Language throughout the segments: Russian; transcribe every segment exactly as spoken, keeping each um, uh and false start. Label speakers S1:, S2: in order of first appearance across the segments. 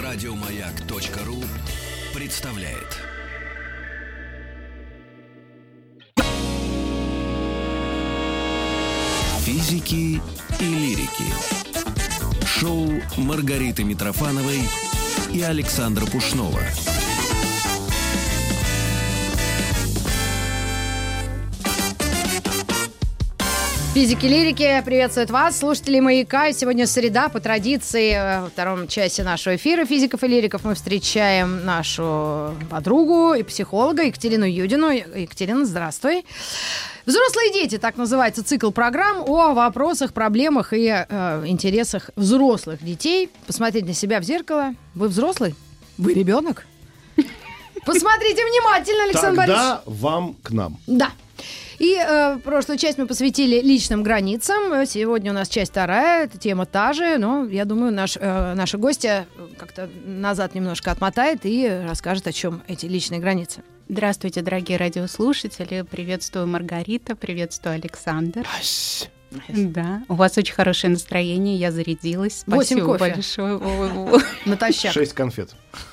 S1: Радиомаяк.ру представляет. Физики и лирики. Шоу Маргариты Митрофановой и Александра Пушнова.
S2: Физики-лирики приветствуют вас, слушатели «Маяка». Сегодня среда, по традиции, во втором часе нашего эфира физиков и лириков мы встречаем нашу подругу и психолога Екатерину Юдину. Екатерина, здравствуй. «Взрослые дети» — так называется цикл программ о вопросах, проблемах и э, интересах взрослых детей. Посмотреть на себя в зеркало. Вы взрослый? Вы ребенок? Посмотрите внимательно, Александр Борисович.
S3: Тогда вам к нам.
S2: Да. И э, прошлую часть мы посвятили личным границам. Сегодня у нас часть вторая, эта тема та же, но я думаю, наш, э, наша гостья как-то назад немножко отмотает и расскажет, о чем эти личные границы.
S4: Здравствуйте, дорогие радиослушатели. Приветствую, Маргарита, приветствую, Александр.
S3: Ась.
S4: Да, у вас очень хорошее настроение, я зарядилась.
S2: Восемь
S4: Спасибо
S2: кофе.
S4: большое.
S2: Натощак.
S3: Шесть конфет.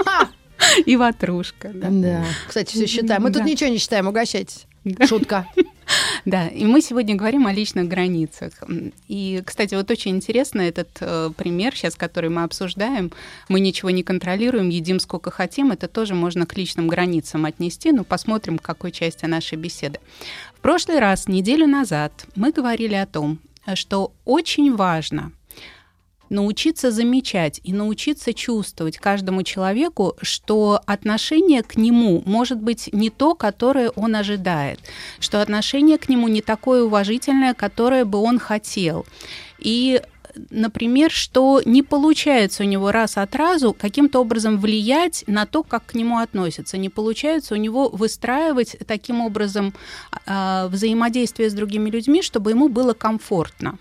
S4: И ватрушка. Да.
S2: Да. Кстати, все считаем. Мы тут
S4: Да.
S2: ничего не считаем, угощайтесь.
S4: Да.
S2: Шутка.
S4: Да, и мы сегодня говорим о личных границах. И, кстати, вот очень интересно этот э, пример сейчас, который мы обсуждаем. Мы ничего не контролируем, едим сколько хотим. Это тоже можно к личным границам отнести. Но посмотрим, к какой части нашей беседы. В прошлый раз, неделю назад, мы говорили о том, что очень важно научиться замечать и научиться чувствовать каждому человеку, что отношение к нему может быть не то, которое он ожидает, что отношение к нему не такое уважительное, которое бы он хотел. И, например, что не получается у него раз от разу каким-то образом влиять на то, как к нему относятся, не получается у него выстраивать таким образом э, взаимодействие с другими людьми, чтобы ему было комфортно.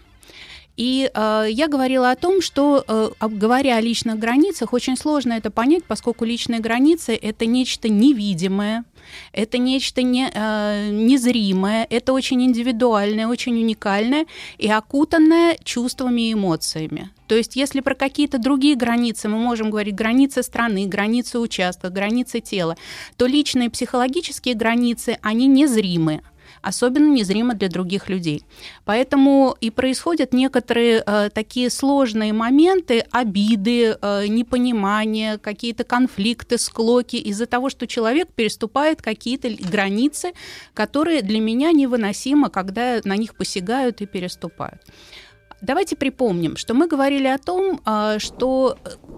S4: И э, я говорила о том, что, э, говоря о личных границах, очень сложно это понять, поскольку личные границы — это нечто невидимое, это нечто не, э, незримое, это очень индивидуальное, очень уникальное и окутанное чувствами и эмоциями. То есть если про какие-то другие границы мы можем говорить границы страны, границы участка, границы тела, то личные психологические границы, они незримы. Особенно незримо для других людей. Поэтому и происходят некоторые э, такие сложные моменты, обиды, э, непонимания, какие-то конфликты, склоки из-за того, что человек переступает какие-то границы, которые для меня невыносимы, когда на них посягают и переступают. Давайте припомним, что мы говорили о том, э, что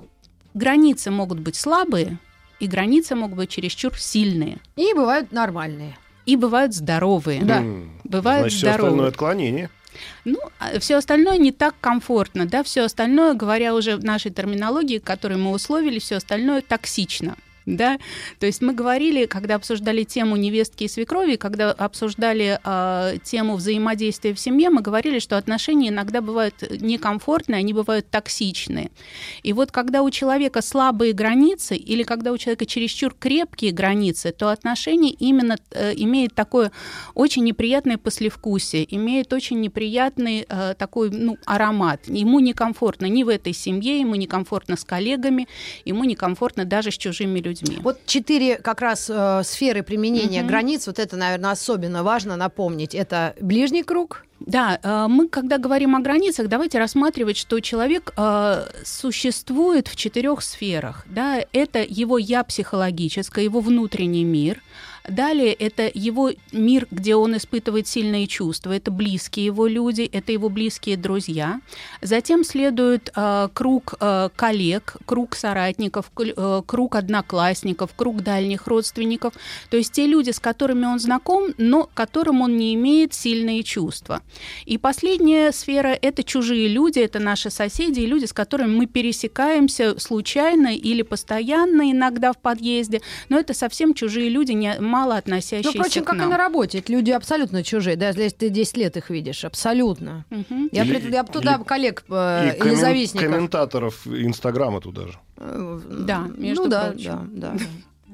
S4: границы могут быть слабые, и границы могут быть чересчур сильные.
S2: И бывают нормальные.
S4: И бывают здоровые.
S2: Да.
S4: Бывают
S3: Значит,
S4: здоровые.
S3: все остальное отклонение.
S4: Ну, все остальное не так комфортно, да, все остальное, говоря уже в нашей терминологии, которую мы условили, все остальное токсично. Да? То есть мы говорили, когда обсуждали тему невестки и свекрови, когда обсуждали э, тему взаимодействия в семье, мы говорили, что отношения иногда бывают некомфортные, они бывают токсичные. И вот когда у человека слабые границы или когда у человека чересчур крепкие границы, то отношения именно э, имеют такое очень неприятное послевкусие, имеют очень неприятный э, такой ну, аромат. Ему некомфортно ни в этой семье, ему некомфортно с коллегами, ему некомфортно даже с чужими людьми.
S2: Вот четыре как раз э, сферы применения
S4: Мгм.
S2: границ, вот это, наверное, особенно важно напомнить. Это ближний круг.
S4: Да, э, мы, когда говорим о границах, давайте рассматривать, что человек э, существует в четырех сферах. Да? Это его «я» психологическое, его внутренний мир. Далее это его мир, где он испытывает сильные чувства, это близкие его люди, это его близкие друзья. Затем следует э, круг э, коллег, круг соратников, э, круг одноклассников, круг дальних родственников, то есть те люди, с которыми он знаком, но к которым он не имеет сильные чувства. И последняя сфера – это чужие люди, это наши соседи и люди, с которыми мы пересекаемся случайно или постоянно иногда в подъезде, но это совсем чужие люди, не мало относящиеся
S2: Ну, впрочем,
S4: к
S2: как
S4: нам.
S2: и на работе. Эти люди абсолютно чужие, даже если ты десять лет их видишь. Абсолютно.
S4: Мгм.
S2: Я,
S3: Или-
S2: пред- я бы туда
S3: или-
S2: коллег э,
S3: И
S2: или
S3: коммен-
S2: завистников.
S3: комментаторов Инстаграма туда же.
S2: Э,
S4: Да, между
S2: ну, да,
S4: прочим.
S2: да, да.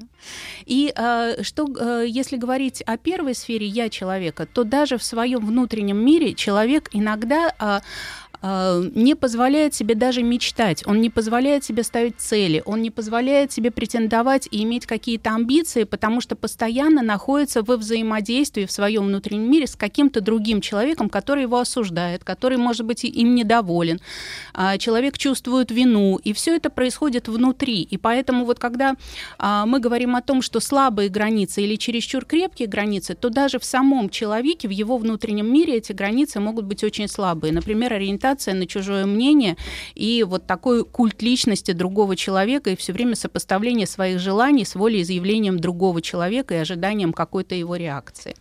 S4: И э, что, э, если говорить о первой сфере «я» человека, то даже в своем внутреннем мире человек иногда э, не позволяет себе даже мечтать, он не позволяет себе ставить цели, он не позволяет себе претендовать и иметь какие-то амбиции, потому что постоянно находится во взаимодействии в своем внутреннем мире с каким-то другим человеком, который его осуждает, который, может быть, им недоволен. Человек чувствует вину, и все это происходит внутри. И поэтому вот когда мы говорим о том, что слабые границы или чересчур крепкие границы, то даже в самом человеке, в его внутреннем мире эти границы могут быть очень слабые. Например, ориентация на чужое мнение и вот такой культ личности другого человека и все время сопоставление своих желаний с волеизъявлением другого человека и ожиданием какой-то его реакции.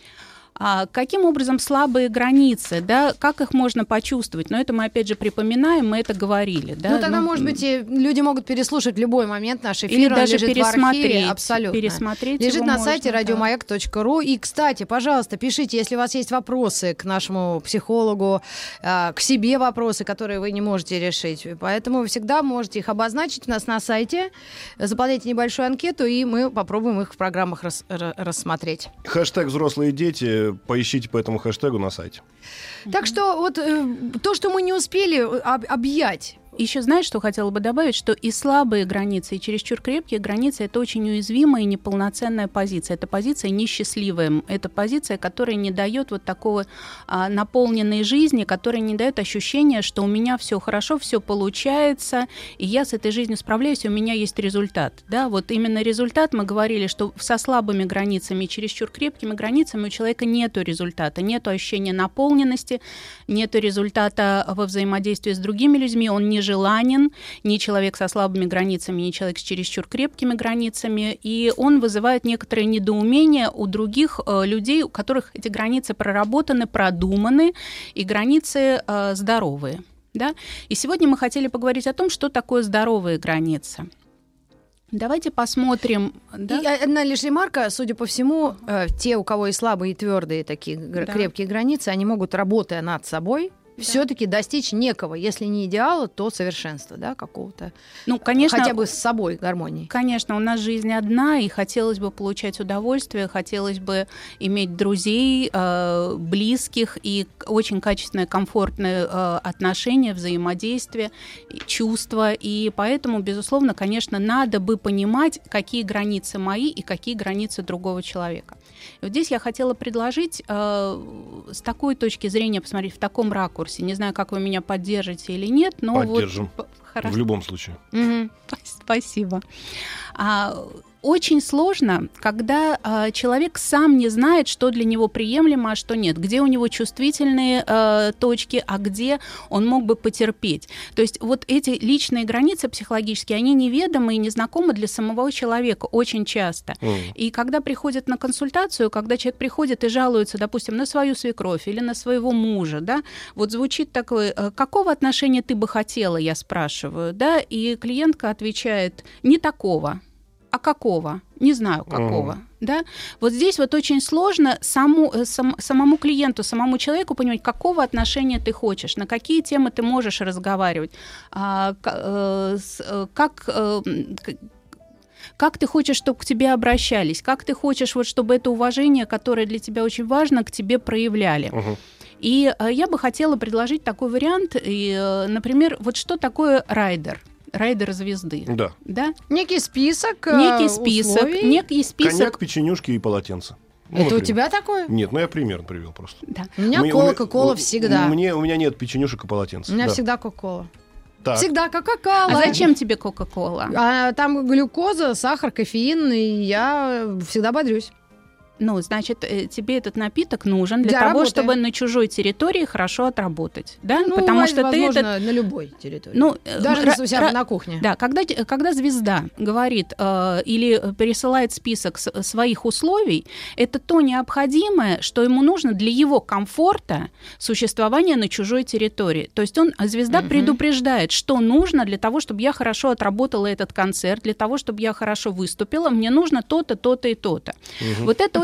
S4: А каким образом слабые границы, да, как их можно почувствовать? Но это мы, опять же, припоминаем, мы это говорили. Да?
S2: Ну, тогда, ну, может быть, и люди могут переслушать в любой момент наш эфир.
S4: Или даже
S2: лежит
S4: пересмотреть.
S2: В архиве, абсолютно.
S4: Пересмотреть
S2: лежит на
S4: можно,
S2: сайте
S4: да.
S2: радиомаяк точка ру. И, кстати, пожалуйста, пишите, если у вас есть вопросы к нашему психологу, к себе вопросы, которые вы не можете решить. Поэтому вы всегда можете их обозначить у нас на сайте, заполняйте небольшую анкету, и мы попробуем их в программах рас- рассмотреть.
S3: Хэштег «Взрослые дети». Поищите по этому хэштегу на сайте.
S2: Так что вот э, то, что мы не успели об- объять.
S4: Еще знаешь, что хотела бы добавить, что и слабые границы, и чересчур крепкие границы — это очень уязвимая и неполноценная позиция. Это позиция несчастливая. Это позиция, которая не дает вот такого а, наполненной жизни, которая не дает ощущения, что у меня все хорошо, все получается, и я с этой жизнью справляюсь, и у меня есть результат. Да? Вот именно результат, мы говорили, что со слабыми границами и чересчур крепкими границами у человека нету результата, нету ощущения наполненности, нету результата во взаимодействии с другими людьми, он не желанен, ни человек со слабыми границами, ни человек с чересчур крепкими границами, и он вызывает некоторое недоумение у других э, людей, у которых эти границы проработаны, продуманы, и границы э, здоровые. Да? И сегодня мы хотели поговорить о том, что такое здоровые границы. Давайте посмотрим. Да?
S2: И одна лишь ремарка, судя по всему, э, те, у кого и слабые, и твердые такие да. крепкие границы, они могут, работая над собой, да. все-таки достичь некого, если не идеала, то совершенства, да, какого-то.
S4: Ну, конечно,
S2: хотя бы с собой гармонии.
S4: Конечно, у нас жизнь одна, и хотелось бы получать удовольствие, хотелось бы иметь друзей, э, близких и очень качественное, комфортное э, отношение, взаимодействие, чувства. И поэтому, безусловно, конечно, надо бы понимать, какие границы мои и какие границы другого человека. И вот здесь я хотела предложить э, с такой точки зрения посмотреть, в таком ракурсе. Не знаю, как вы меня поддержите или нет, но
S3: поддержим.
S4: Вот...
S3: В любом случае.
S4: Угу. Спасибо. А, очень сложно, когда а, человек сам не знает, что для него приемлемо, а что нет, где у него чувствительные а, точки, а где он мог бы потерпеть. То есть вот эти личные границы психологические, они неведомы и незнакомы для самого человека очень часто. Mm. И когда приходят на консультацию, когда человек приходит и жалуется, допустим, на свою свекровь или на своего мужа, да, вот звучит такое: какого отношения ты бы хотела, я спрашиваю, да, и клиентка отвечает: не такого. А какого? Не знаю, какого. Mm. Да? Вот здесь вот очень сложно саму, сам, самому клиенту, самому человеку понимать, какого отношения ты хочешь, на какие темы ты можешь разговаривать, а, как... Как ты хочешь, чтобы к тебе обращались, как ты хочешь, вот, чтобы это уважение, которое для тебя очень важно, к тебе проявляли. Uh-huh. И э, я бы хотела предложить такой вариант, и, э, например, вот что такое райдер? Райдер звезды.
S3: Да.
S4: Да?
S2: Некий список
S4: Некий список.
S2: Условий.
S4: Некий список.
S3: Коньяк, печенюшки и полотенце. Ну,
S2: это
S3: например.
S2: У тебя такое?
S3: Нет, ну я пример привел просто.
S2: Да. У меня мне, кока-кола всегда.
S3: У меня, у меня нет печенюшек и полотенца.
S2: У меня
S3: да.
S2: всегда кока-кола.
S3: Так.
S2: Всегда кока-кола.
S4: А зачем тебе кока-кола?
S2: А, там глюкоза, сахар, кофеин, и я всегда бодрюсь.
S4: Ну, значит, тебе этот напиток нужен для, для того, работы. Чтобы на чужой территории хорошо отработать, да?
S2: Ну,
S4: потому что
S2: возможно,
S4: ты этот...
S2: на любой территории.
S4: Ну,
S2: даже
S4: р-
S2: у себя р- на кухне.
S4: Да, когда, когда звезда говорит э, или пересылает список с, своих условий, это то необходимое, что ему нужно для его комфорта существования на чужой территории. То есть он, звезда угу. предупреждает, что нужно для того, чтобы я хорошо отработала этот концерт, для того, чтобы я хорошо выступила, мне нужно то-то, то-то и то-то. Угу. Вот это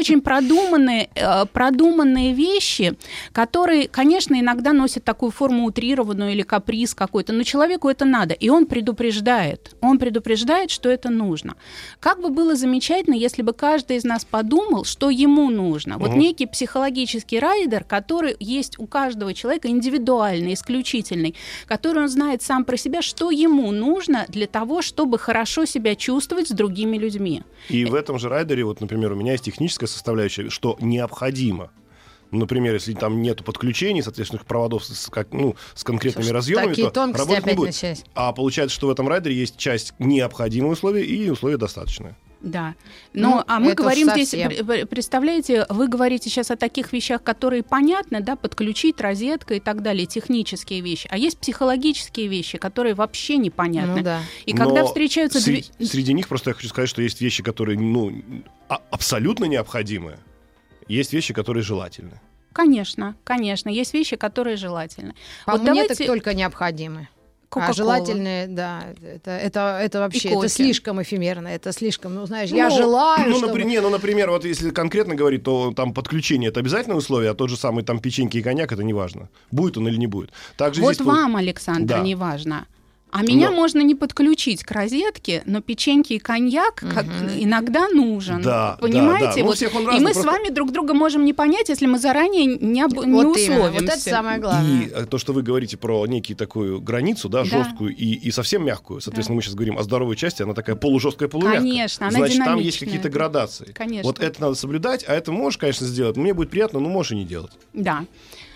S4: очень продуманные, продуманные вещи, которые, конечно, иногда носят такую форму утрированную или каприз какой-то, но человеку это надо, и он предупреждает. Он предупреждает, что это нужно. Как бы было замечательно, если бы каждый из нас подумал, что ему нужно. Вот угу. некий психологический райдер, который есть у каждого человека, индивидуальный, исключительный, который он знает сам про себя, что ему нужно для того, чтобы хорошо себя чувствовать с другими людьми.
S3: И в этом же райдере, вот, например, у меня есть техническая составляющая, что необходимо. Например, если там нет подключений, соответственно, проводов с, как, ну, с конкретными Слушай, разъемами, то работать не будет. Начать. А получается, что в этом райдере есть часть необходимые условия и условия достаточные.
S4: Да. Но, ну, а мы говорим здесь, представляете, вы говорите сейчас о таких вещах, которые понятны, да, подключить, розетка и так далее, технические вещи. А есть психологические вещи, которые вообще непонятны. Ну, да. И
S3: Но
S4: когда встречаются...
S3: Среди, среди них просто я хочу сказать, что есть вещи, которые, ну, абсолютно необходимы. Есть вещи, которые желательны.
S4: Конечно, конечно. Есть вещи, которые желательны.
S2: По вот мне давайте... так только необходимы. Кока-кола. А желательные, да, это, это, это вообще это слишком эфемерно, это слишком, ну, знаешь, ну, я желаю,
S3: ну,
S2: чтобы...
S3: например, не, ну, например, вот если конкретно говорить, то там подключение — это обязательное условие, а тот же самый там печеньки и коньяк — это не важно, будет он или не будет. Также
S4: вот
S3: здесь...
S4: вам, Александр, да. не важно. А меня но... можно не подключить к розетке, но печеньки и коньяк угу. как иногда нужен. Да, понимаете? Да, да. Вот, ну, и мы просто... с вами друг друга можем не понять, если мы заранее не, об... вот не условимся.
S2: Вот это самое главное.
S3: И то, что вы говорите про некую такую границу, да, да. жесткую и, и совсем мягкую. Соответственно, да. мы сейчас говорим о здоровой части, она такая полужесткая, полумягкая.
S4: Конечно, она
S3: Значит,
S4: динамичная.
S3: Там есть какие-то градации.
S4: Конечно.
S3: Вот это надо соблюдать, а это можешь, конечно, сделать. Мне будет приятно, но можешь и не делать.
S4: Да.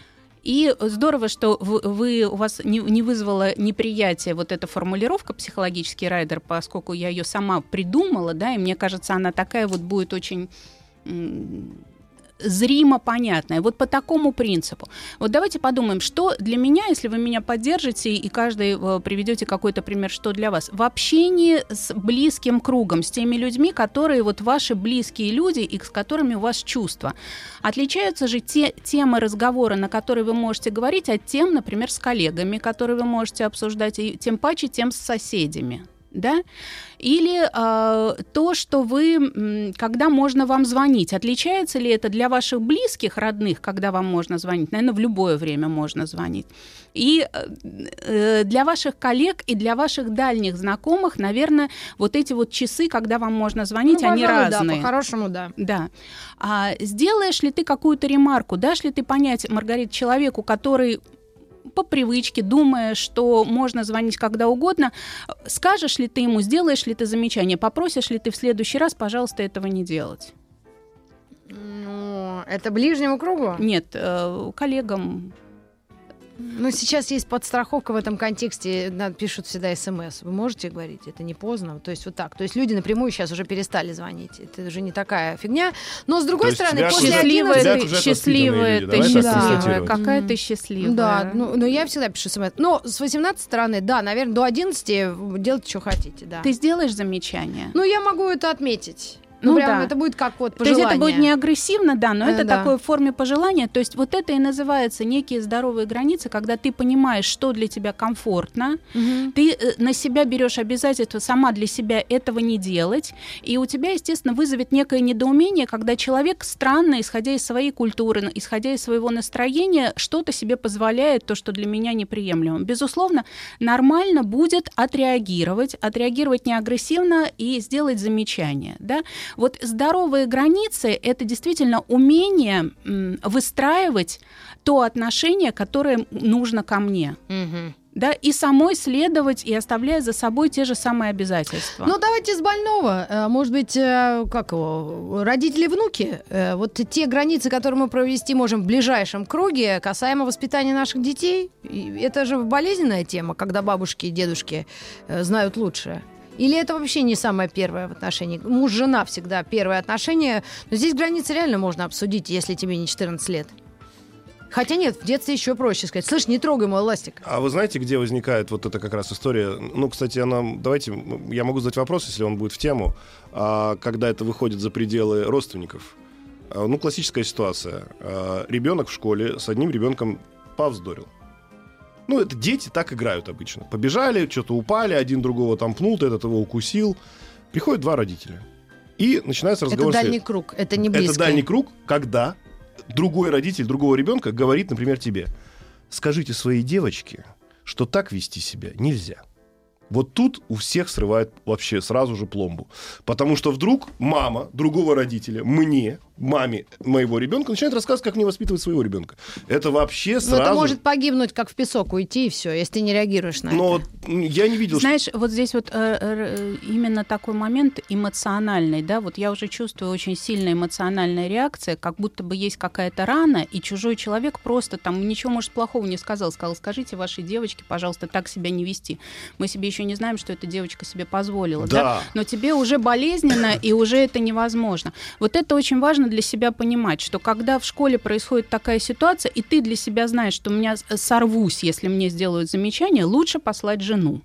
S4: И здорово, что вы, вы, у вас не, не вызвало неприятие вот эта формулировка «психологический райдер», поскольку я ее сама придумала, да, и мне кажется, она такая вот будет очень... М- зримо понятное. Вот по такому принципу. Вот давайте подумаем, что для меня, если вы меня поддержите и каждый э, приведете какой-то пример, что для вас. В общении с близким кругом, с теми людьми, которые вот ваши близкие люди и с которыми у вас чувства. Отличаются же те темы разговора, на которые вы можете говорить, от тем, например, с коллегами, которые вы можете обсуждать, и тем паче тем с соседями. Да? Или э, то, что вы, когда можно вам звонить, отличается ли это для ваших близких, родных, когда вам можно звонить? Наверное, в любое время можно звонить. И э, для ваших коллег и для ваших дальних знакомых, наверное, вот эти вот часы, когда вам можно звонить, ну, они пожалуй, разные.
S2: Да, по-хорошему, да.
S4: Да. А сделаешь ли ты какую-то ремарку, дашь ли ты понять, Маргарита, человеку, который... по привычке, думая, что можно звонить когда угодно, скажешь ли ты ему, сделаешь ли ты замечание, попросишь ли ты в следующий раз, пожалуйста, этого не делать?
S2: Ну, это ближнему кругу?
S4: Нет, э, коллегам.
S2: Ну, сейчас есть подстраховка в этом контексте, пишут всегда смс. Вы можете говорить, это не поздно? То есть вот так. То есть люди напрямую сейчас уже перестали звонить. Это уже не такая фигня. Но, с другой стороны, после
S4: счастливая ты, счастливая, ты счастливая. Какая ты счастливая.
S2: Да, ну, но я всегда пишу смс. Но с восемнадцатой стороны, да, наверное, до одиннадцати делайте, что хотите, да.
S4: Ты сделаешь замечание?
S2: Ну, я могу это отметить. Ну, ну прям да. это будет как вот пожелание.
S4: То есть это будет не агрессивно, да, но это да. такое в форме пожелания. То есть вот это и называется некие здоровые границы, когда ты понимаешь, что для тебя комфортно, угу. ты на себя берешь обязательство сама для себя этого не делать, и у тебя, естественно, вызовет некое недоумение, когда человек странно, исходя из своей культуры, исходя из своего настроения, что-то себе позволяет, то, что для меня неприемлемо. Безусловно, нормально будет отреагировать, отреагировать не агрессивно и сделать замечание, да. Вот здоровые границы — это действительно умение м, выстраивать то отношение, которое нужно ко мне. Угу. Да, и самой следовать, и оставляя за собой те же самые обязательства.
S2: Ну, давайте с больного. Может быть, как его, родители-внуки, вот те границы, которые мы провести можем в ближайшем круге, касаемо воспитания наших детей. Это же болезненная тема, когда бабушки и дедушки знают лучше. Или это вообще не самое первое в отношении? Муж-жена всегда первое отношение. Но здесь границы реально можно обсудить, если тебе не четырнадцать лет. Хотя нет, в детстве еще проще сказать. Слышь, не трогай мой ластик.
S3: А вы знаете, где возникает вот эта как раз история? Ну, кстати, она... Давайте, я могу задать вопрос, если он будет в тему. А, когда это выходит за пределы родственников. А, ну, классическая ситуация. А, ребенок в школе с одним ребенком повздорил. Ну, это дети так играют обычно. Побежали, что-то упали, один другого там пнул, этот его укусил. Приходят два родителя. И начинается разговор.
S2: Это дальний круг, это не близкий.
S3: Это дальний круг, когда другой родитель другого ребенка говорит, например, тебе: скажите своей девочке, что так вести себя нельзя. Вот тут у всех срывает вообще сразу же пломбу. Потому что вдруг мама другого родителя мне, маме моего ребенка, начинает рассказывать, как мне воспитывать своего ребенка. Это вообще сразу...
S2: Но это может погибнуть, как в песок уйти, и все, если ты не реагируешь на
S3: Но
S2: это.
S3: Я не видел...
S4: Знаешь,
S3: что...
S4: вот здесь вот э, э, именно такой момент эмоциональный, да, вот я уже чувствую очень сильная эмоциональная реакция, как будто бы есть какая-то рана, и чужой человек просто там ничего, может, плохого не сказал. Сказал: скажите вашей девочке, пожалуйста, так себя не вести. Мы себе еще не знаем, что эта девочка себе позволила,
S3: да.
S4: Да? Но тебе уже болезненно, и уже это невозможно. Вот это очень важно для себя понимать, что когда в школе происходит такая ситуация, и ты для себя знаешь, что у меня сорвусь, если мне сделают замечание, лучше послать жену.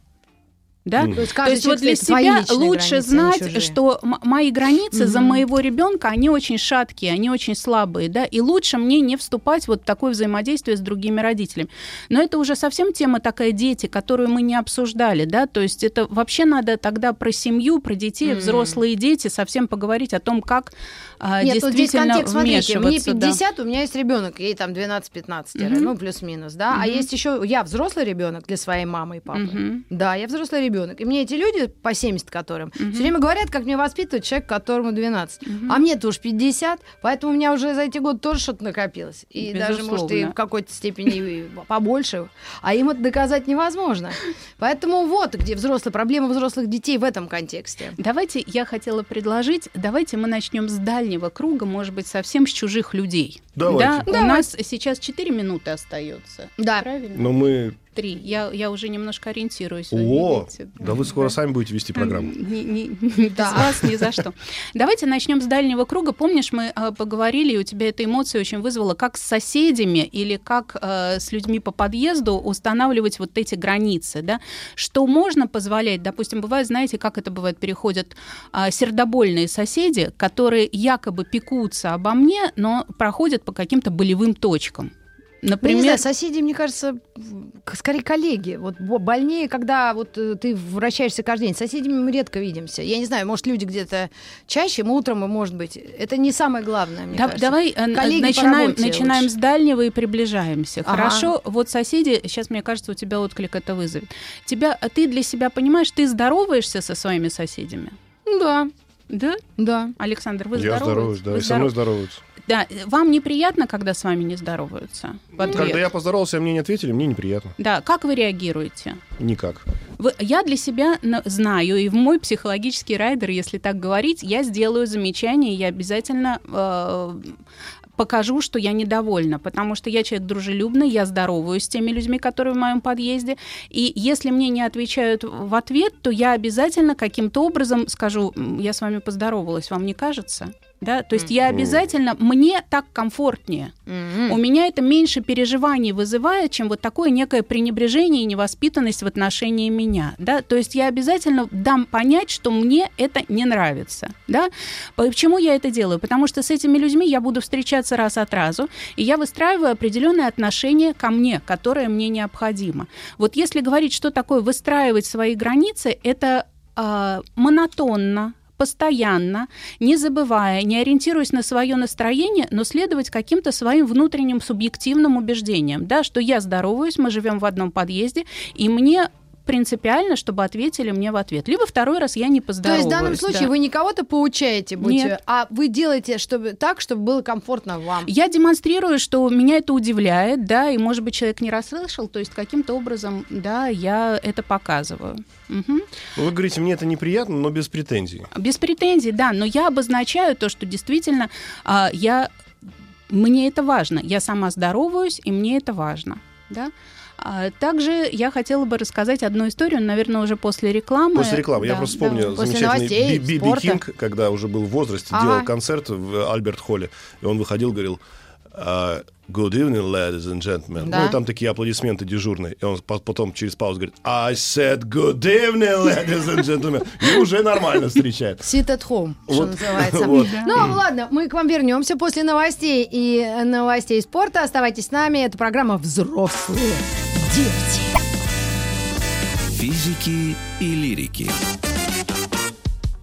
S4: Да?
S3: Mm.
S2: То есть,
S4: То есть вот для себя лучше знать, что м- мои границы mm-hmm. за моего ребенка, они очень шаткие, они очень слабые, да, и лучше мне не вступать вот в такое взаимодействие с другими родителями. Но это уже совсем тема такая дети, которую мы не обсуждали, да, то есть это вообще надо тогда про семью, про детей, mm-hmm. взрослые дети, совсем поговорить о том, как а,
S2: Нет,
S4: действительно
S2: вот здесь контекст, смотрите, мне пятьдесят,
S4: да.
S2: У меня есть ребенок, ей там двенадцать-пятнадцать, mm-hmm. ну плюс-минус, да, mm-hmm. а есть еще я взрослый ребенок для своей мамы и папы, mm-hmm. да, я взрослый ребенок. И мне эти люди, по семьдесят которым, uh-huh. все время говорят, как мне воспитывать человек, которому двенадцать. Uh-huh. А мне-то уж пятьдесят, поэтому у меня уже за эти годы тоже что-то накопилось. И безусловно. Даже, может, и в какой-то степени побольше. А им это доказать невозможно. Поэтому вот где взрослые, проблема взрослых детей в этом контексте.
S4: Давайте, я хотела предложить, давайте мы начнем с дальнего круга, может быть, совсем с чужих людей.
S3: Давайте.
S4: Да?
S2: Давайте.
S4: У нас сейчас четыре минуты остается.
S2: Да.
S4: Правильно?
S3: Но мы...
S4: Три. Я, я уже немножко ориентируюсь.
S3: О,
S4: видите?
S3: да вы скоро сами будете вести программу.
S4: Не, не, не, без вас ни за что. Давайте начнем с дальнего круга. Помнишь, мы э, поговорили, и у тебя эта эмоция очень вызвала, как с соседями или как э, с людьми по подъезду устанавливать вот эти границы, да? Что можно позволять? Допустим, бывает, знаете, как это бывает, переходят э, сердобольные соседи, которые якобы пекутся обо мне, но проходят по каким-то болевым точкам. Например,
S2: ну, не знаю, соседи, мне кажется, скорее коллеги. Вот больнее, когда вот ты вращаешься каждый день. С соседями мы редко видимся. Я не знаю, может, люди где-то чаще, мы утром, может быть. Это не самое главное, мне
S4: да,
S2: кажется.
S4: Давай коллеги начинаем, начинаем с дальнего и приближаемся. Ага. Хорошо, вот соседи, сейчас, мне кажется, у тебя отклик это вызовет. Тебя, ты для себя понимаешь, ты здороваешься со своими соседями?
S2: Да.
S4: Да?
S2: Да.
S4: Александр, вы
S3: Я здороваюсь, да,
S4: вы
S3: и со мной здороваются.
S4: Да, вам неприятно, когда с вами не здороваются?
S3: Когда я поздоровался, а мне не ответили, мне неприятно.
S4: Да, как вы реагируете?
S3: Никак.
S4: Вы, я для себя знаю, и в мой психологический райдер, если так говорить, я сделаю замечание, я обязательно э, покажу, что я недовольна, потому что я человек дружелюбный, я здороваюсь с теми людьми, которые в моем подъезде, и если мне не отвечают в ответ, то я обязательно каким-то образом скажу: я с вами поздоровалась, вам не кажется? Да? То есть mm-hmm. я обязательно, мне так комфортнее. Mm-hmm. У меня это меньше переживаний вызывает, чем вот такое некое пренебрежение и невоспитанность в отношении меня. Да? То есть я обязательно дам понять, что мне это не нравится. Да? Почему я это делаю? Потому что с этими людьми я буду встречаться раз от разу, и я выстраиваю определенные отношения ко мне, которые мне необходимо. Вот если говорить, что такое выстраивать свои границы, это э, монотонно, постоянно, не забывая, не ориентируясь на свое настроение, но следовать каким-то своим внутренним субъективным убеждениям, да, что я здороваюсь, мы живем в одном подъезде, и мне принципиально, чтобы ответили мне в ответ. Либо второй раз я не поздороваюсь.
S2: То есть в данном случае
S4: да.
S2: вы не кого-то поучаете, будь,
S4: Нет.
S2: а вы делаете чтобы, так, чтобы было комфортно вам.
S4: Я демонстрирую, что меня это удивляет, да, и, может быть, человек не расслышал, то есть каким-то образом, да, я это показываю. Угу.
S3: Вы говорите, мне это неприятно, но без претензий.
S4: Без претензий, да, но я обозначаю то, что действительно а, я, мне это важно. Я сама здороваюсь, и мне это важно, да. Также я хотела бы рассказать одну историю, наверное, уже после рекламы.
S3: После рекламы.
S4: Да,
S3: Я просто вспомнил
S2: да.
S3: замечательный Би Би Кинг, когда уже был в возрасте,
S2: ага.
S3: делал концерт в Альберт-холле, и он выходил, говорил: Good evening, ladies and gentlemen.
S2: Да.
S3: Ну, и там такие аплодисменты дежурные. И он потом через паузу говорит: I said good evening, ladies and gentlemen. И уже нормально встречает.
S2: Sit at home, что
S3: Вот.
S2: называется.
S3: Вот.
S2: Ну, ладно, мы к вам вернемся после новостей и новостей спорта. Оставайтесь с нами. Это программа «Взрослые дети».
S1: Физики и лирики.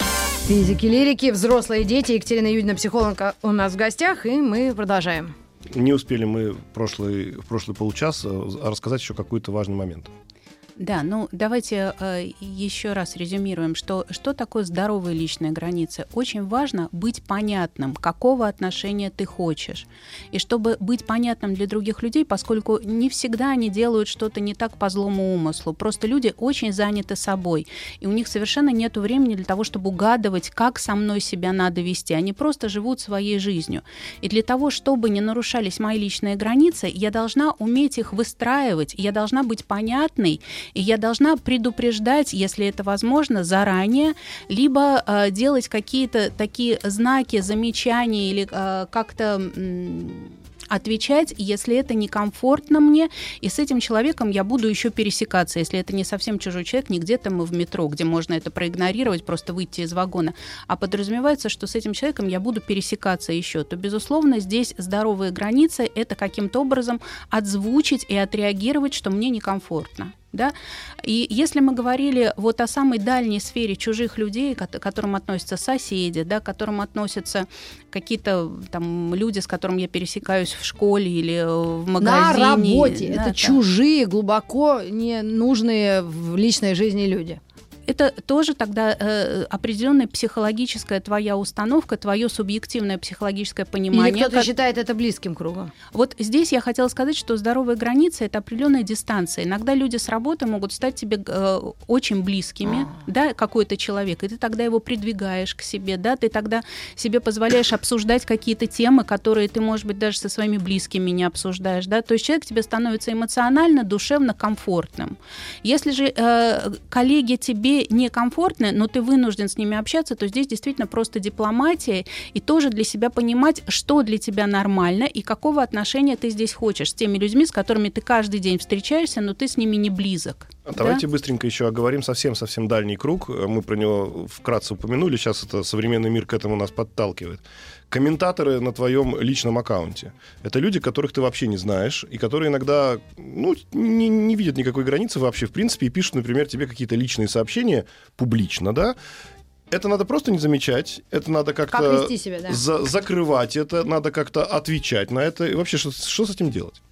S2: Физики, лирики, взрослые дети. Екатерина Юдина, психолог, у нас в гостях, и мы продолжаем.
S3: Не успели мы в прошлый, в прошлый получас рассказать еще какой-то важный момент.
S4: Да, ну давайте э, еще раз резюмируем, что, что такое здоровые личные границы. Очень важно быть понятным, какого отношения ты хочешь. И чтобы быть понятным для других людей, поскольку не всегда они делают что-то не так по злому умыслу. Просто люди очень заняты собой, и у них совершенно нет времени для того, чтобы угадывать, как со мной себя надо вести. Они просто живут своей жизнью. И для того, чтобы не нарушались мои личные границы, я должна уметь их выстраивать, я должна быть понятной, и я должна предупреждать, если это возможно, заранее, либо э, делать какие-то такие знаки, замечания или э, как-то м- отвечать, если это некомфортно мне, и с этим человеком я буду еще пересекаться, если это не совсем чужой человек, не где-то мы в метро, где можно это проигнорировать, просто выйти из вагона, а подразумевается, что с этим человеком я буду пересекаться еще, то, безусловно, здесь здоровые границы — это каким-то образом отзвучить и отреагировать, что мне некомфортно. Да? И если мы говорили вот о самой дальней сфере чужих людей, к которым относятся соседи, да, к которым относятся какие-то там люди, с которыми я пересекаюсь в школе или в магазине.
S2: На работе.
S4: Да,
S2: это
S4: да.
S2: чужие, глубоко не нужные в личной жизни люди.
S4: Это тоже тогда э, определенная психологическая твоя установка, твое субъективное психологическое понимание.
S2: Или кто-то
S4: как...
S2: считает это близким кругом.
S4: Вот здесь я хотела сказать, что здоровые границы — это определенная дистанция. Иногда люди с работы могут стать тебе э, очень близкими, да, какой-то человек, и ты тогда его придвигаешь к себе, да, ты тогда себе позволяешь обсуждать какие-то темы, которые ты, может быть, даже со своими близкими не обсуждаешь, да, то есть человек тебе становится эмоционально, душевно комфортным. Если же э, коллеги тебе некомфортны, но ты вынужден с ними общаться, то здесь действительно просто дипломатия и тоже для себя понимать, что для тебя нормально и какого отношения ты здесь хочешь с теми людьми, с которыми ты каждый день встречаешься, но ты с ними не близок.
S3: Давайте
S4: да?
S3: быстренько еще оговорим совсем-совсем дальний круг. Мы про него вкратце упомянули, сейчас это современный мир к этому нас подталкивает. Комментаторы на твоем личном аккаунте. Это люди, которых ты вообще не знаешь, и которые иногда ну, не, не видят никакой границы вообще, в принципе, и пишут, например, тебе какие-то личные сообщения публично, да? Это надо просто не замечать, это надо как-то
S2: как вести себя, да?
S3: за- закрывать, это надо как-то отвечать на это. И вообще, что, что с этим делать?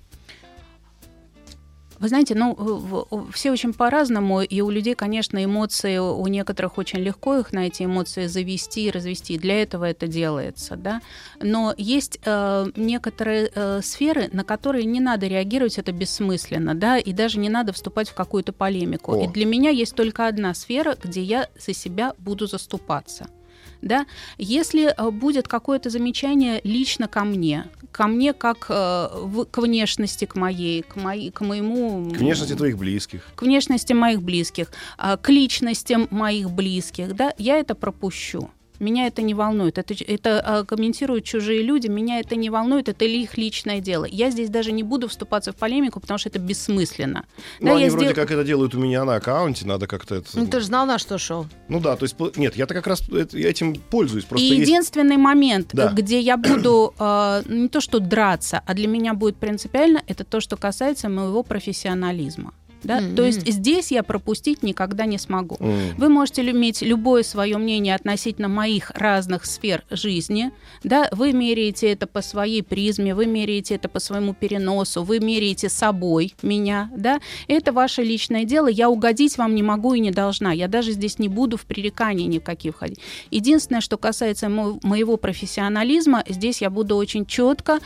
S4: Вы знаете, ну, все очень по-разному, и у людей, конечно, эмоции, у некоторых очень легко их на эти эмоции завести и развести, для этого это делается, да, но есть э, некоторые э, сферы, на которые не надо реагировать, это бессмысленно, да, и даже не надо вступать в какую-то полемику.
S3: О.
S4: И для меня есть только одна сфера, где я за себя буду заступаться. Да? Если будет какое-то замечание лично ко мне, ко мне как э, в, к внешности к моей, к, моей, к моему...
S3: К внешности твоих близких.
S4: К внешности моих близких, э, к личностям моих близких, да, я это пропущу. Меня это не волнует. Это, это а, комментируют чужие люди, меня это не волнует, это их личное дело. Я здесь даже не буду вступаться в полемику, потому что это бессмысленно.
S3: Ну,
S4: да,
S3: они
S4: я
S3: вроде
S4: сдел...
S3: как это делают у меня на аккаунте, надо как-то это...
S2: Ну, ты же знал, на что шел.
S3: Ну да, то есть... Нет, я-то как раз этим пользуюсь. Просто
S4: И
S3: есть...
S4: единственный момент,
S3: да.
S4: где я буду э, не то что драться, а для меня будет принципиально, это то, что касается моего профессионализма. Да? Mm-hmm. То есть здесь я пропустить никогда не смогу. Mm-hmm. Вы можете иметь любое свое мнение относительно моих разных сфер жизни. Да? Вы меряете это по своей призме, вы меряете это по своему переносу, вы меряете собой меня. Да? Это ваше личное дело. Я угодить вам не могу и не должна. Я даже здесь не буду в пререкания никакие входить. Единственное, что касается мо- моего профессионализма, здесь я буду очень четко,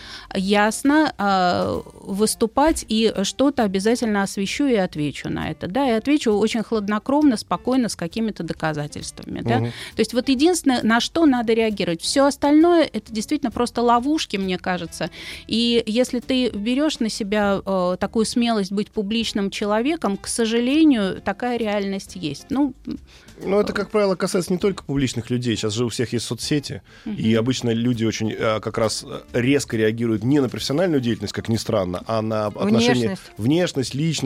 S4: ясно э, выступать и что-то обязательно освещу и отвечу на это, да, и отвечу очень хладнокровно, спокойно, с какими-то доказательствами, да.
S3: Угу.
S4: То есть вот единственное, на что надо реагировать. Все остальное — это действительно просто ловушки, мне кажется. И если ты берешь на себя э, такую смелость быть публичным человеком, к сожалению, такая реальность есть. Ну,
S3: Ну, это, как правило, касается не только публичных людей. Сейчас же у всех есть соцсети, uh-huh. и обычно люди очень а, как раз резко реагируют не на профессиональную деятельность, как ни странно, а на отношения,
S2: внешность,
S3: внешность личность и так далее.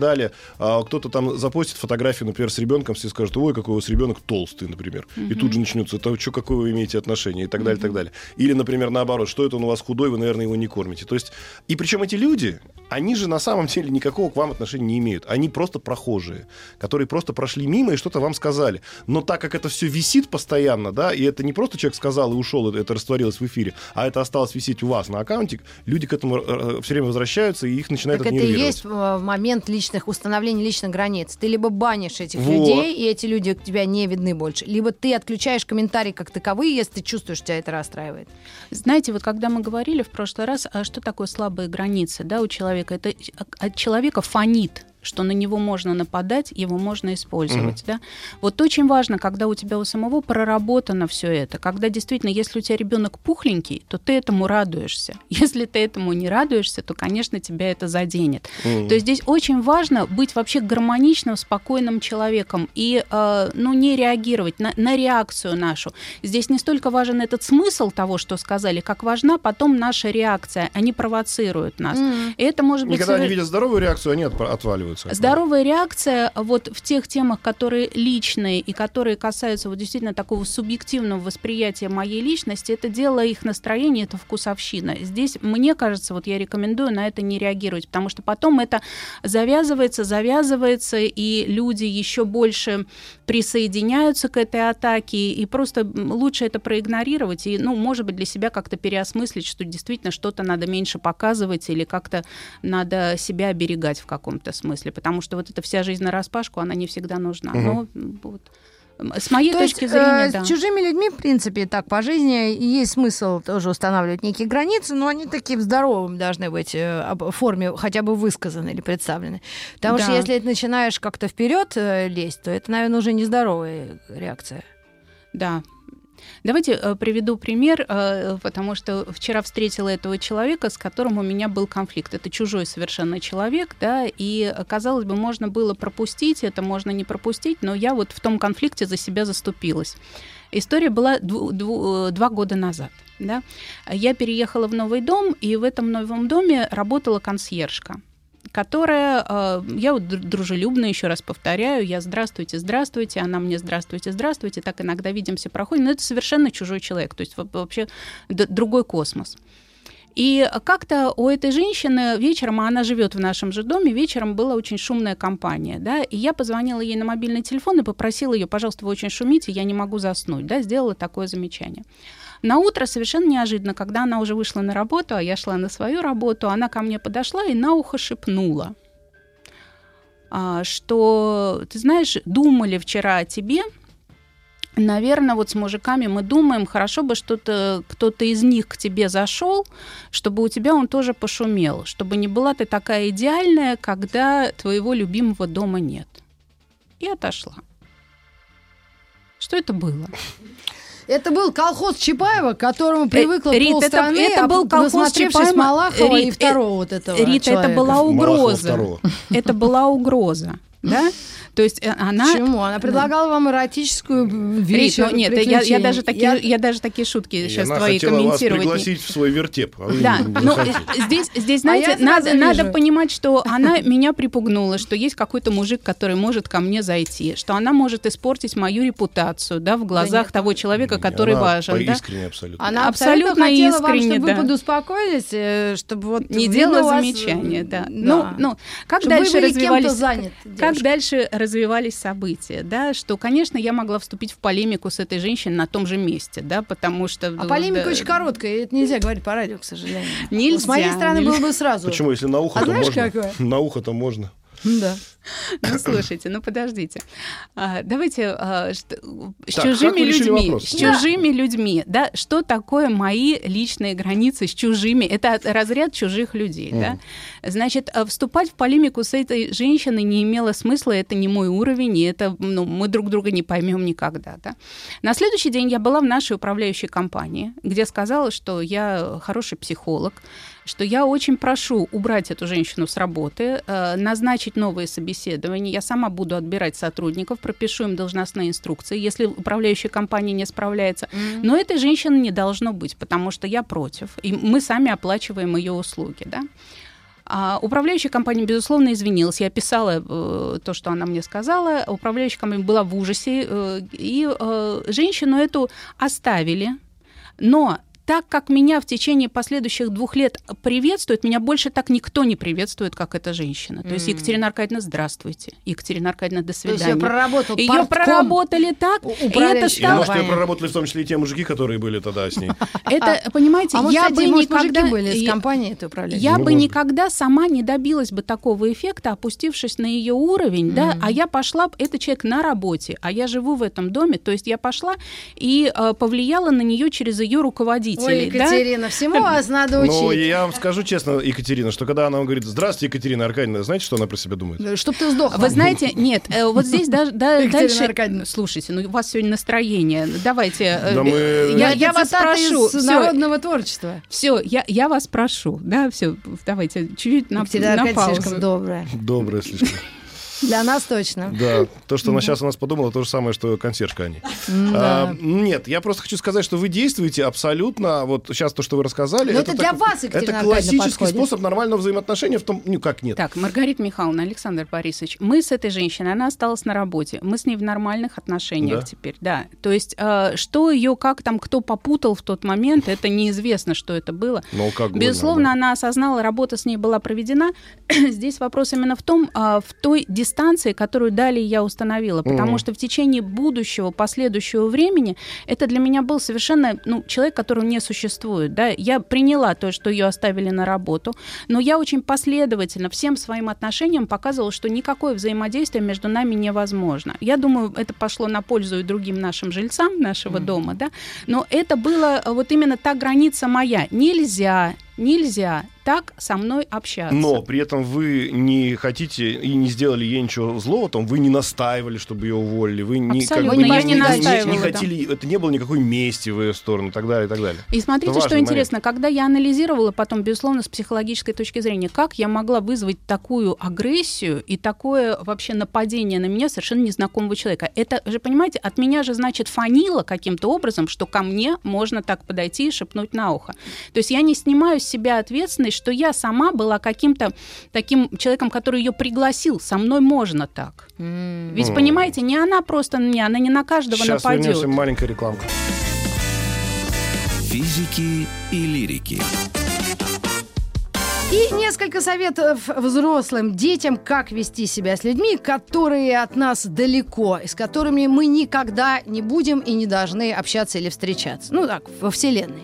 S3: далее. А кто-то там запостит фотографию, например, с ребенком, все скажут: ой, какой у вас ребенок толстый, например. Mm-hmm. И тут же начнется: это что, какое вы имеете отношение, и так далее, mm-hmm. и так далее. Или, например, наоборот: что это он у вас худой, вы, наверное, его не кормите. То есть, и причем эти люди, они же на самом деле никакого к вам отношения не имеют. Они просто прохожие, которые просто прошли мимо и что-то вам сказали. Но так как это все висит постоянно, да, и это не просто человек сказал и ушел, это растворилось в эфире, а это осталось висеть у вас на аккаунте, люди к этому все время возвращаются, и их начинают
S2: так
S3: отнервировать.
S2: Это и есть момент личных, установления личных границ. Ты либо банишь этих
S3: вот.
S2: людей, и эти люди к тебя не видны больше, либо ты отключаешь комментарии как таковые, если ты чувствуешь, что тебя это расстраивает.
S4: Знаете, вот когда мы говорили в прошлый раз, а что такое слабые границы, да, у человека, это от человека фонит, что на него можно нападать, его можно использовать. Mm-hmm. Да? Вот очень важно, когда у тебя у самого проработано все это, когда действительно, если у тебя ребенок пухленький, то ты этому радуешься. Если ты этому не радуешься, то, конечно, тебя это заденет. Mm-hmm. То есть здесь очень важно быть вообще гармоничным, спокойным человеком и э, ну, не реагировать на, на реакцию нашу. Здесь не столько важен этот смысл того, что сказали, как важна потом наша реакция. Они провоцируют нас. Mm-hmm. И это может быть...
S3: И когда они видят здоровую реакцию, они отваливаются.
S4: Здоровая реакция вот в тех темах, которые личные и которые касаются вот действительно такого субъективного восприятия моей личности, это дело их настроения, это вкусовщина. Здесь, мне кажется, вот я рекомендую на это не реагировать, потому что потом это завязывается, завязывается, и люди еще больше присоединяются к этой атаке, и просто лучше это проигнорировать и, ну, может быть, для себя как-то переосмыслить, что действительно что-то надо меньше показывать или как-то надо себя оберегать в каком-то смысле, потому что вот эта вся жизнь нараспашку, она не всегда нужна. Угу. Но вот, с моей
S2: То
S4: точки
S2: есть,
S4: зрения,
S2: э,
S4: да.
S2: С чужими людьми, в принципе, так по жизни есть смысл тоже устанавливать некие границы, но они такие здоровыми должны быть э, в форме хотя бы высказаны или представлены. Потому да. что если ты начинаешь как-то вперед э, лезть, то это, наверное, уже нездоровая реакция.
S4: Да. Давайте э, приведу пример, э, потому что вчера встретила этого человека, с которым у меня был конфликт. Это чужой совершенно человек, да, и, казалось бы, можно было пропустить, это можно не пропустить, но я вот в том конфликте за себя заступилась. История была дву- дву- два года назад. Да. Я переехала в новый дом, и в этом новом доме работала консьержка, которая, я вот дружелюбно, еще раз повторяю, я здравствуйте, здравствуйте, она мне здравствуйте, здравствуйте, так иногда видимся, проходим, но это совершенно чужой человек, то есть вообще другой космос. И как-то у этой женщины вечером, а она живет в нашем же доме, вечером была очень шумная компания, да, и я позвонила ей на мобильный телефон и попросила ее: пожалуйста, вы очень шумите, я не могу заснуть, да, сделала такое замечание. На утро совершенно неожиданно, когда она уже вышла на работу, а я шла на свою работу, она ко мне подошла и на ухо шепнула, что, ты знаешь, думали вчера о тебе. Наверное, вот с мужиками мы думаем, хорошо бы что-то, кто-то из них к тебе зашел, чтобы у тебя он тоже пошумел, чтобы не была ты такая идеальная, когда твоего любимого дома нет. И отошла. Что это было?
S2: Это был колхоз Чапаева, к которому привыкла
S4: Рит,
S2: полстраны,
S4: это, это был колхоз
S2: насмотревшись Малахова
S4: Рит,
S2: и второго вот этого
S4: Рит,
S2: человека.
S4: это была угроза. Это была угроза. Да? То есть она...
S2: Почему? Она предлагала вам эротическую вещь.
S4: Рит, ну, нет, я, я, даже такие, я... я даже такие шутки и сейчас твои комментировать.
S3: Она хотела вас пригласить в свой вертеп, а вы
S4: да,
S3: не, не
S4: ну,
S3: хотите.
S4: Здесь, здесь знаете, а надо, надо понимать, что она меня припугнула, что есть какой-то мужик, который может ко мне зайти, что она может испортить мою репутацию, да, в глазах да того человека, который
S3: она
S4: важен.
S3: Она
S4: да?
S3: искренне абсолютно.
S2: Она
S4: абсолютно,
S2: абсолютно хотела
S4: искренне,
S2: вам, чтобы
S4: да.
S2: вы подуспокоились, чтобы вот...
S4: Не делала
S2: вас...
S4: замечания, да.
S2: да.
S4: Ну, ну, как
S2: чтобы
S4: дальше
S2: вы были
S4: развивались...
S2: кем-то занят,
S4: как дальше развивались события, да, что, конечно, я могла вступить в полемику с этой женщиной на том же месте, да, потому что...
S2: А полемика
S4: да,
S2: очень короткая, и это нельзя говорить по радио, к сожалению.
S4: Нельзя.
S2: С моей стороны
S4: нельзя.
S2: было бы сразу.
S3: Почему? Если на ухо,
S2: а
S3: то
S2: знаешь,
S3: можно.
S2: Какое?
S3: На ухо-то можно.
S2: Да.
S4: Ну, слушайте, ну, подождите. А, давайте а, что, с
S3: так,
S4: чужими людьми. С
S2: да.
S4: чужими людьми, да, что такое мои личные границы с чужими? Это разряд чужих людей, mm. да. Значит, вступать в полемику с этой женщиной не имело смысла, это не мой уровень, и это, ну, мы друг друга не поймем никогда, да. На следующий день я была в нашей управляющей компании, где сказала, что я хороший психолог, что я очень прошу убрать эту женщину с работы, э, назначить новые собеседования. Я сама буду отбирать сотрудников, пропишу им должностные инструкции, если управляющая компания не справляется. Mm-hmm. Но этой женщины не должно быть, потому что я против. И мы сами оплачиваем ее услуги. Да? А управляющая компания, безусловно, извинилась. Я писала э, то, что она мне сказала. Управляющая компания была в ужасе. Э, и э, женщину эту оставили. Но так как меня в течение последующих двух лет приветствует, меня больше так никто не приветствует, как эта женщина. То есть, Екатерина Аркадьевна, здравствуйте. Екатерина Аркадьевна, до свидания.
S2: То есть её проработал
S4: Её проработали так, и это стало...
S3: И, может, ее проработали в том числе и те мужики, которые были тогда с ней.
S4: Это, понимаете,
S2: а
S4: я бы никогда...
S2: были с компанией этой управляющей?
S4: Я бы никогда сама не добилась бы такого эффекта, опустившись на ее уровень, да, а я пошла... Это человек на работе, а я живу в этом доме, то есть я пошла и повлияла на нее через ее руководителя.
S2: Ой, Екатерина, да? Всему вас надо учить.
S3: Ну, я вам скажу честно, Екатерина, что когда она вам говорит: здравствуйте, Екатерина Аркадьевна, знаете, что она про себя думает?
S2: Чтоб ты сдохла.
S4: Вы знаете, нет, вот здесь даже дальше... Слушайте, ну у вас сегодня настроение. Давайте,
S3: да мы...
S4: я, я вас прошу.
S2: Из народного творчества.
S4: Все, я, я вас прошу. Да, все, давайте, чуть-чуть на, на паузу.
S2: Слишком добрая.
S3: Добрая слишком.
S2: Для нас точно.
S3: Да, то, что она сейчас у нас подумала, то же самое, что консьержка Ани. А, нет, я просто хочу сказать, что вы действуете абсолютно, вот сейчас то, что вы рассказали...
S2: Но это, это для так, вас, Екатерина
S3: Это
S2: Аркадьевна,
S3: классический
S2: подходит.
S3: Способ нормального взаимоотношения в том, ну как нет.
S4: Так, Маргарита Михайловна, Александр Борисович, мы с этой женщиной, она осталась на работе, мы с ней в нормальных отношениях, да? Теперь, да. То есть, э, что ее, как там, кто попутал в тот момент, это неизвестно, что это было.
S3: Ну, как
S4: Безусловно,
S3: да.
S4: она осознала, работа с ней была проведена. Здесь вопрос именно в том, э, в той дистанции, которую далее я установила, потому mm. что в течение будущего, последующего времени это для меня был совершенно, ну, человек, которого не существует, да, я приняла то, что ее оставили на работу, но я очень последовательно всем своим отношениям показывала, что никакое взаимодействие между нами невозможно. Я думаю, это пошло на пользу и другим нашим жильцам нашего mm. дома, да, но это было вот именно та граница моя. Нельзя, нельзя так со мной общаться.
S3: Но при этом вы не хотите и не сделали ей ничего злого, там, вы не настаивали, чтобы ее уволили, вы не, как бы,
S4: я
S3: не,
S4: не, настаивала,
S3: не, не хотели, да. Это не было никакой мести в ее сторону и так далее, и так далее.
S4: И смотрите, что интересно, момент. Когда я анализировала потом, безусловно, с психологической точки зрения, как я могла вызвать такую агрессию и такое вообще нападение на меня совершенно незнакомого человека. Это же, понимаете, от меня же, значит, фанило каким-то образом, что ко мне можно так подойти и шепнуть на ухо. То есть я не снимаю с себя ответственность, что я сама была каким-то таким человеком, который ее пригласил. Со мной можно так. Mm. Ведь, понимаете, не она просто на меня, она не на каждого
S3: Сейчас
S4: нападет.
S3: Сейчас вернемся, маленькая рекламка.
S1: Физики и лирики.
S2: И несколько советов взрослым детям, как вести себя с людьми, которые от нас далеко, и с которыми мы никогда не будем и не должны общаться или встречаться. Ну так, во Вселенной.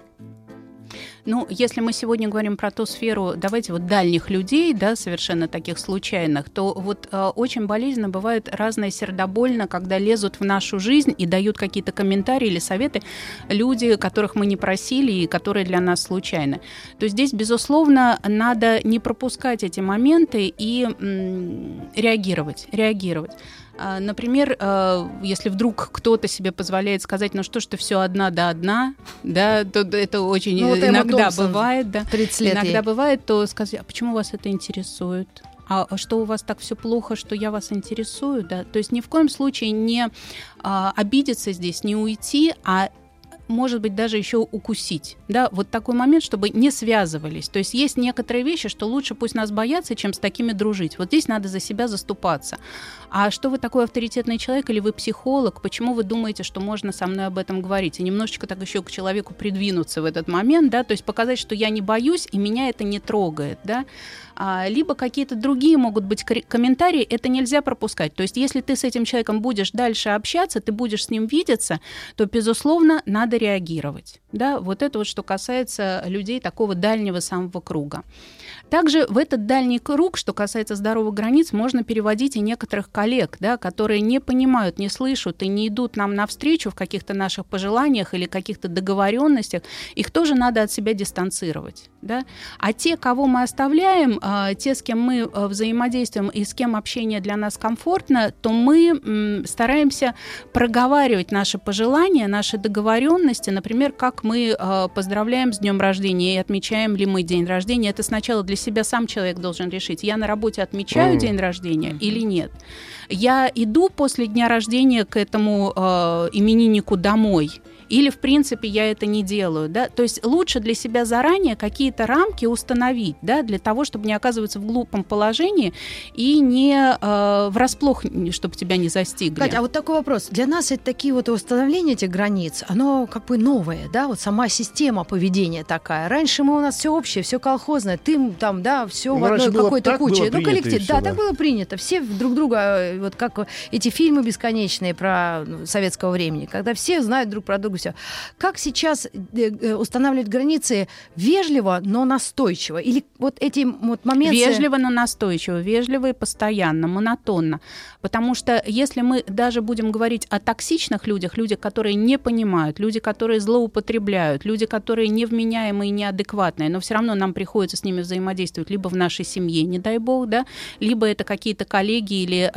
S4: Ну, если мы сегодня говорим про ту сферу, давайте вот дальних людей, да, совершенно таких случайных, то вот э, очень болезненно бывает разное сердобольно, когда лезут в нашу жизнь и дают какие-то комментарии или советы люди, которых мы не просили и которые для нас случайны. То есть здесь, безусловно, надо не пропускать эти моменты и м- реагировать, реагировать. Например, если вдруг кто-то себе позволяет сказать, ну что ж ты все одна да одна, да, то это очень ну, вот иногда бывает, да,
S2: тридцать лет
S4: иногда
S2: ей.
S4: Бывает, то сказать, а почему вас это интересует? А что у вас так все плохо, что я вас интересую, да? То есть ни в коем случае не а, обидеться здесь, не уйти, а может быть, даже еще укусить. Да? Вот такой момент, чтобы не связывались. То есть есть некоторые вещи, что лучше пусть нас боятся, чем с такими дружить. Вот здесь надо за себя заступаться. А что вы такой авторитетный человек или вы психолог? Почему вы думаете, что можно со мной об этом говорить? И немножечко так еще к человеку придвинуться в этот момент, да? То есть показать, что я не боюсь, и меня это не трогает. Да? А, либо какие-то другие могут быть комментарии, это нельзя пропускать. То есть если ты с этим человеком будешь дальше общаться, ты будешь с ним видеться, то, безусловно, надо реагировать. Да? Вот это вот что касается людей такого дальнего самого круга. Также в этот дальний круг, что касается здоровых границ, можно переводить и некоторых коллег, да, которые не понимают, не слышат и не идут нам навстречу в каких-то наших пожеланиях или каких-то договоренностях. Их тоже надо от себя дистанцировать. Да? А те, кого мы оставляем, те, с кем мы взаимодействуем и с кем общение для нас комфортно, то мы стараемся проговаривать наши пожелания, наши договоренности, например, как мы поздравляем с днем рождения и отмечаем ли мы день рождения. Это сначала для себя сам человек должен решить, я на работе отмечаю mm. день рождения mm-hmm. или нет. Я иду после дня рождения к этому э, имениннику домой, или, в принципе, я это не делаю, да, то есть лучше для себя заранее какие-то рамки установить, да, для того, чтобы не оказываться в глупом положении и не э, врасплох, чтобы тебя не застигли.
S2: Катя, а вот такой вопрос. Для нас это такие вот установления этих границ, оно как бы новое, да, вот сама система поведения такая. Раньше мы у нас все общее, все колхозное, ты там, да, все
S3: Ну,
S2: в одной
S3: раньше было-
S2: какой-то
S3: так
S2: куче.
S3: было
S2: Ну,
S3: принято,
S2: коллектив,
S3: и
S2: да,
S3: всё,
S2: так
S3: да.
S2: было принято. Все друг друга, э, вот как эти фильмы бесконечные про ну, советского времени, когда все знают друг про друга все. Как сейчас э, э, устанавливать границы вежливо, но настойчиво? Или вот эти вот моменты...
S4: Вежливо, но настойчиво, вежливо и постоянно, монотонно. Потому что если мы даже будем говорить о токсичных людях, людях, которые не понимают, люди, которые злоупотребляют, люди, которые невменяемые и неадекватные, но все равно нам приходится с ними взаимодействовать либо в нашей семье, не дай бог, да, либо это какие-то коллеги или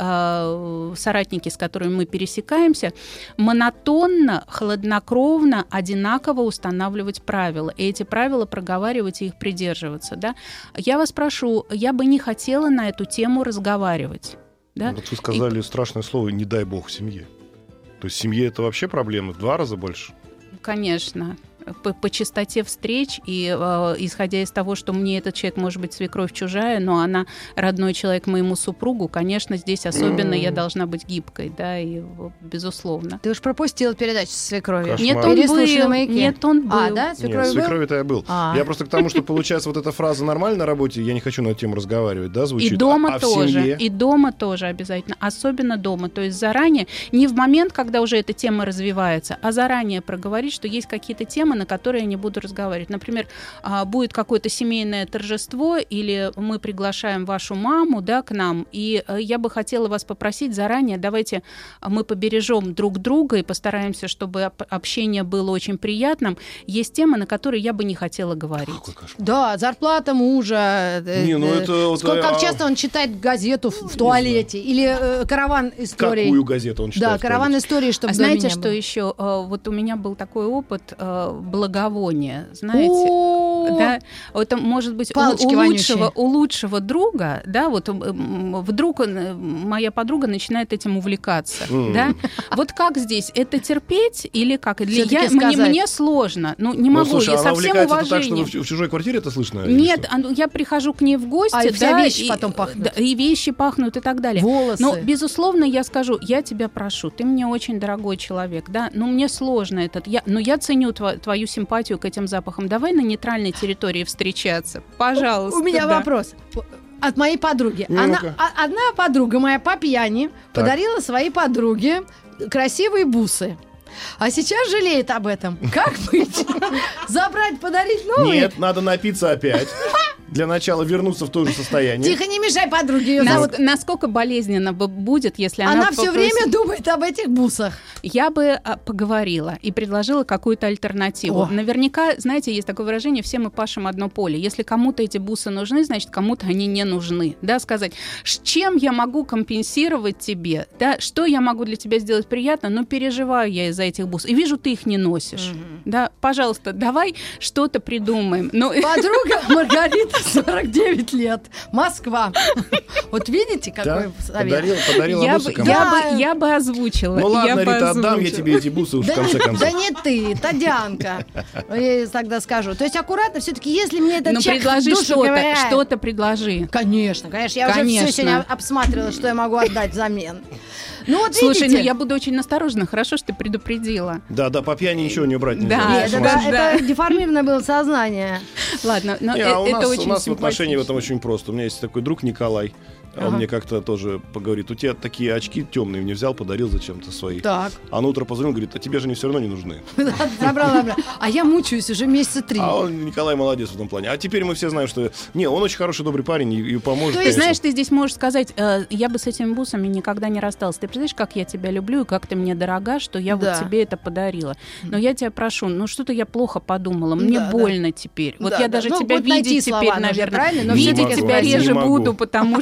S4: э, соратники, с которыми мы пересекаемся, монотонно, хладнокровно, одинаково устанавливать правила. И эти правила проговаривать и их придерживаться. Да? Я вас прошу, я бы не хотела на эту тему разговаривать. Да?
S3: Вот вы сказали и... страшное слово «не дай бог» в семье. То есть в семье это вообще проблемы в два раза больше?
S4: Конечно. По, по частоте встреч и э, исходя из того, что мне этот человек может быть свекровь чужая, но она родной человек моему супругу, конечно, здесь особенно я должна быть гибкой, да, и безусловно.
S2: Ты уж пропустила передачу со свекровью.
S3: Кошмар.
S4: Нет, он
S2: Переслушай на
S4: был.
S2: Маяке.
S4: Нет, он был.
S2: А, да?
S3: Нет,
S2: Свекровь был?
S3: свекрови-то я был.
S2: А.
S3: Я просто к тому, что получается вот эта фраза «нормально на работе», я не хочу на эту тему разговаривать, да, звучит?
S4: И дома
S3: а, а
S4: тоже,
S3: в семье?
S4: и дома тоже обязательно, особенно дома. То есть заранее, не в момент, когда уже эта тема развивается, а заранее проговорить, что есть какие-то темы, на которые я не буду разговаривать. Например, будет какое-то семейное торжество, или мы приглашаем вашу маму, да, к нам, и я бы хотела вас попросить заранее, давайте мы побережем друг друга и постараемся, чтобы общение было очень приятным. Есть темы, на которые я бы не хотела говорить.
S3: Какой кошмар.
S2: Да, зарплата мужа. э,
S3: Не, ну
S2: э,
S3: это вот,
S2: сколько,
S3: а-
S2: как часто он читает газету в, в туалете? Или э, караван историй?
S3: Какую газету он читает?
S2: Да, караван истории, чтобы
S4: А знаете, что еще? Вот у меня был такой опыт благовония, знаете,
S2: О,
S4: да, это может быть у,
S2: Палочки
S4: у
S2: вонючие.
S4: лучшего, у лучшего друга, да, вот м, вдруг он, моя подруга начинает этим увлекаться,
S3: М.
S4: да, вот как здесь, это терпеть или как? Для,
S2: Всё-таки
S4: я, мне,
S2: сказать.
S4: мне сложно, ну не
S3: Ну,
S4: могу,
S3: слушай,
S4: я
S3: она
S4: со всем
S3: увлекается это так, что
S4: уважением.
S3: в, в чужой квартире это слышно? или
S4: Нет,
S3: что?
S4: а, ну, я прихожу к ней в гости,
S2: А и вся
S4: да,
S2: вещи
S4: и,
S2: потом пахнут.
S4: да, и вещи пахнут и так далее.
S2: волосы.
S4: Но, безусловно, я скажу, я тебя прошу, ты мне очень дорогой человек, да, но мне сложно этот, я, но я ценю тво- твою симпатию к этим запахам. Давай на нейтральной территории встречаться, пожалуйста.
S2: У меня
S4: да.
S2: вопрос. От моей подруги.
S3: Ну,
S2: Она,
S3: ну-ка.
S2: а- одна подруга моя по пьяни
S3: Так.
S2: подарила своей подруге красивые бусы. А сейчас жалеет об этом. Как быть? Забрать, подарить новые?
S3: Нет, надо напиться опять. Для начала вернуться в то же состояние.
S2: Тихо, не мешай подруге. Ее
S4: Нас-
S2: зовут.
S4: насколько болезненно бы будет, если она...
S2: Она все
S4: попросит-
S2: время думает об этих бусах.
S4: Я бы а, поговорила и предложила какую-то альтернативу.
S2: О.
S4: Наверняка, знаете, есть такое выражение: все мы пашем одно поле. Если кому-то эти бусы нужны, значит, кому-то они не нужны. Да, сказать, «Ш- чем я могу компенсировать тебе, да, что я могу для тебя сделать приятно, но переживаю я из-за этих бус. И вижу, ты их не носишь. Да, пожалуйста, давай что-то придумаем. Ну,
S2: Подруга Маргарита, сорок девять лет. Москва. Вот видите,
S3: Да?
S2: какой совет?
S3: Подарила, подарила
S4: я,
S3: бусы
S4: бы,
S3: кому-то?
S4: я,
S2: Да.
S4: бы, я бы озвучила.
S3: Ну
S4: я
S3: ладно,
S4: бы
S3: Рита, отдам я
S4: озвучила.
S3: тебе эти бусы уж в
S2: Да,
S3: конце
S2: не-
S3: концов.
S2: да не ты, Тадянка. Я ей тогда скажу. То есть аккуратно, все-таки, если мне этот
S4: Ну,
S2: человек
S4: предложи
S2: в душу
S4: что-то,
S2: ковыряет-
S4: что-то предложи.
S2: Конечно, конечно. Я уже
S4: Конечно.
S2: все сегодня обсматривала, что я могу отдать взамен. Ну вот
S4: Слушай,
S2: видите.
S4: ну я буду очень осторожна. Хорошо, что ты предупредила.
S3: Да, да, по пьяни ничего не брать нельзя.
S4: Да,
S2: Нет,
S3: С ума
S2: это,
S3: сойти.
S4: да.
S2: это деформированное было сознание.
S4: Ладно, но
S3: Не,
S4: э-
S3: а у
S4: это
S3: нас,
S4: очень
S3: у нас в отношении в
S4: симпатично.
S3: этом очень просто. У меня есть такой друг Николай. А Он
S2: Ага.
S3: мне как-то тоже поговорит: у тебя такие очки темные, мне взял, подарил зачем-то свои.
S2: Так.
S3: А на утро позвонил, говорит: а тебе же они все равно не нужны.
S2: Забрала, забрала. А я мучаюсь уже месяца три.
S3: А он, Николай, молодец в этом плане. А теперь мы все знаем, что... Не, он очень хороший, добрый парень и, и поможет.
S4: Ты
S3: конечно.
S4: знаешь, ты здесь можешь сказать, э, я бы с этими бусами никогда не рассталась. Ты представляешь, как я тебя люблю и как ты мне дорога, что я
S2: Да.
S4: вот тебе это подарила. Но я тебя прошу, ну что-то я плохо подумала, мне
S2: Да, да.
S4: больно теперь. Вот
S2: Да,
S4: я
S2: да.
S4: даже
S2: Ну,
S4: тебя
S2: вот найти
S4: видеть
S2: слова
S4: теперь,
S2: нужно,
S4: наверное,
S2: правильно? Но
S4: видеть
S3: всё-таки
S4: тебя
S3: спросить.
S4: реже
S3: Не могу.
S4: буду, потому что
S3: И
S4: мне
S3: вообще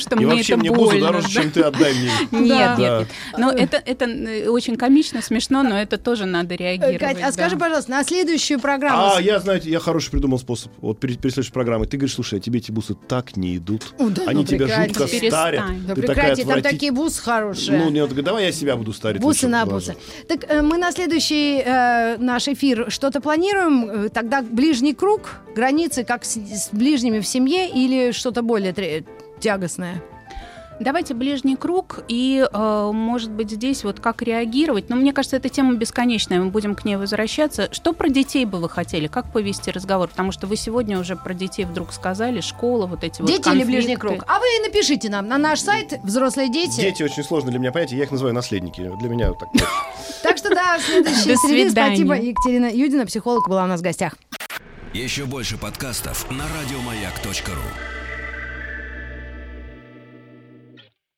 S3: вообще мне бузу дороже, чем ты, отдай мне.
S4: Нет, нет. Но это очень комично, смешно, но это тоже надо реагировать.
S2: Кать, а скажи, пожалуйста, на следующую программу...
S3: А, я, знаете, я хороший придумал способ. Вот перед следующей программой. Ты говоришь, слушай, а тебе эти бусы так не идут. Они тебя жутко старят.
S2: Да прекрати, там такие бусы хорошие.
S3: Ну, нет, давай я себя буду старить.
S2: Бусы на бусы. Так мы на следующий наш эфир что-то планируем? Тогда ближний круг, границы, как с ближними в семье или что-то более тягостное?
S4: Давайте ближний круг и, э, может быть, здесь вот как реагировать. Но мне кажется, эта тема бесконечная, мы будем к ней возвращаться. Что про детей бы вы хотели? Как повести разговор? Потому что вы сегодня уже про детей вдруг сказали, школа, вот эти
S2: дети
S4: вот конфликты.
S2: Дети или ближний круг? А вы напишите нам на наш сайт «Взрослые дети».
S3: Дети очень сложно для меня понять, я их называю наследники. Для меня так.
S2: Так что до следующей среды. Спасибо. Екатерина Юдина, психолог, была у нас в гостях.
S1: Еще больше подкастов на радиомаяк точка ру.